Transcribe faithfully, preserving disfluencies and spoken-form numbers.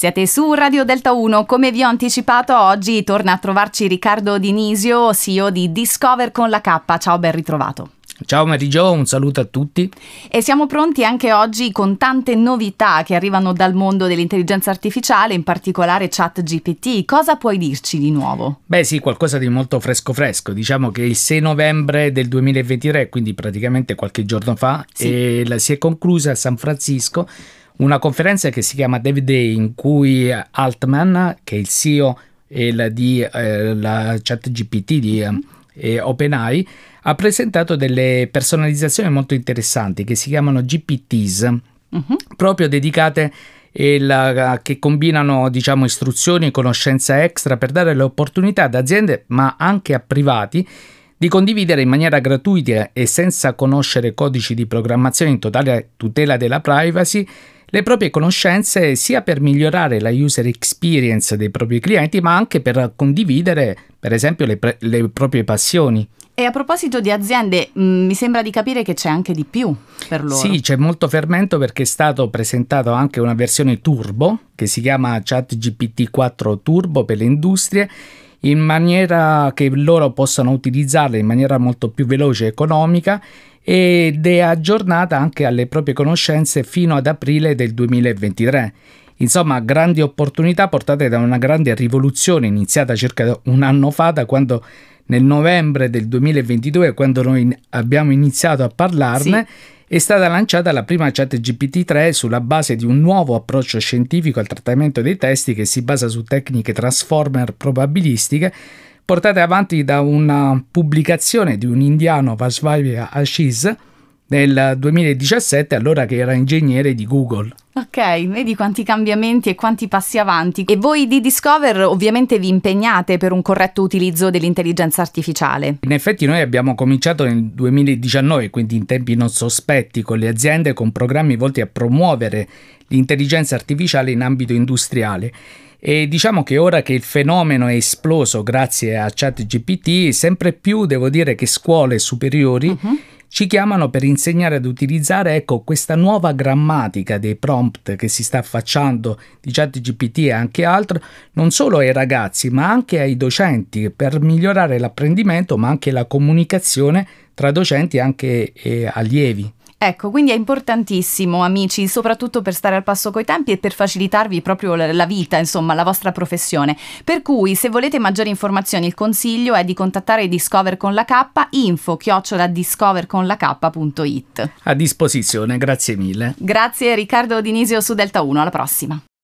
Siete su Radio Delta uno, come vi ho anticipato oggi torna a trovarci Riccardo Dinisio, C E O di Discover con la K. Ciao, ben ritrovato. Ciao Mary Jo, un saluto a tutti. E siamo pronti anche oggi con tante novità che arrivano dal mondo dell'intelligenza artificiale, in particolare ChatGPT. Cosa puoi dirci di nuovo? Beh sì, qualcosa di molto fresco fresco. Diciamo che il sei novembre del duemilaventitré, quindi praticamente qualche giorno fa, sì. e la, si è conclusa a San Francisco una conferenza che si chiama Dev Day, in cui Altman, che è il C E O il, di eh, la ChatGPT di eh, OpenAI, ha presentato delle personalizzazioni molto interessanti che si chiamano G P Ts, uh-huh. proprio dedicate e la, che combinano, diciamo, istruzioni e conoscenza extra per dare l'opportunità ad aziende, ma anche a privati, di condividere in maniera gratuita e senza conoscere codici di programmazione, in totale tutela della privacy, le proprie conoscenze, sia per migliorare la user experience dei propri clienti, ma anche per condividere, per esempio, le, pre- le proprie passioni. E a proposito di aziende, mh, mi sembra di capire che c'è anche di più per loro. Sì, c'è molto fermento perché è stato presentato anche una versione turbo che si chiama ChatGPT quattro Turbo per le industrie, in maniera che loro possano utilizzarla in maniera molto più veloce e economica, ed è aggiornata anche alle proprie conoscenze fino ad aprile del duemilaventitré. Insomma, grandi opportunità portate da una grande rivoluzione iniziata circa un anno fa, da quando nel novembre del duemilaventidue, quando noi abbiamo iniziato a parlarne, sì. è stata lanciata la prima ChatGPT tre sulla base di un nuovo approccio scientifico al trattamento dei testi che si basa su tecniche transformer probabilistiche, portate avanti da una pubblicazione di un indiano, Vaswani Ashish, nel duemiladiciassette, allora che era ingegnere di Google. Ok, vedi quanti cambiamenti e quanti passi avanti. E voi di Discover ovviamente vi impegnate per un corretto utilizzo dell'intelligenza artificiale. In effetti noi abbiamo cominciato nel duemiladiciannove, quindi in tempi non sospetti, con le aziende, con programmi volti a promuovere l'intelligenza artificiale in ambito industriale. E diciamo che ora che il fenomeno è esploso grazie a ChatGPT, sempre più devo dire che scuole superiori uh-huh. ci chiamano per insegnare ad utilizzare, ecco, questa nuova grammatica dei prompt che si sta affacciando di ChatGPT e anche altro, non solo ai ragazzi ma anche ai docenti, per migliorare l'apprendimento ma anche la comunicazione tra docenti e anche eh, allievi. Ecco, quindi è importantissimo, amici, soprattutto per stare al passo coi tempi e per facilitarvi proprio la vita, insomma, la vostra professione. Per cui, se volete maggiori informazioni, il consiglio è di contattare Discover con la K, info chiocciola discover con la K punto it. A disposizione, grazie mille. Grazie Riccardo Dinisio su Delta uno, alla prossima.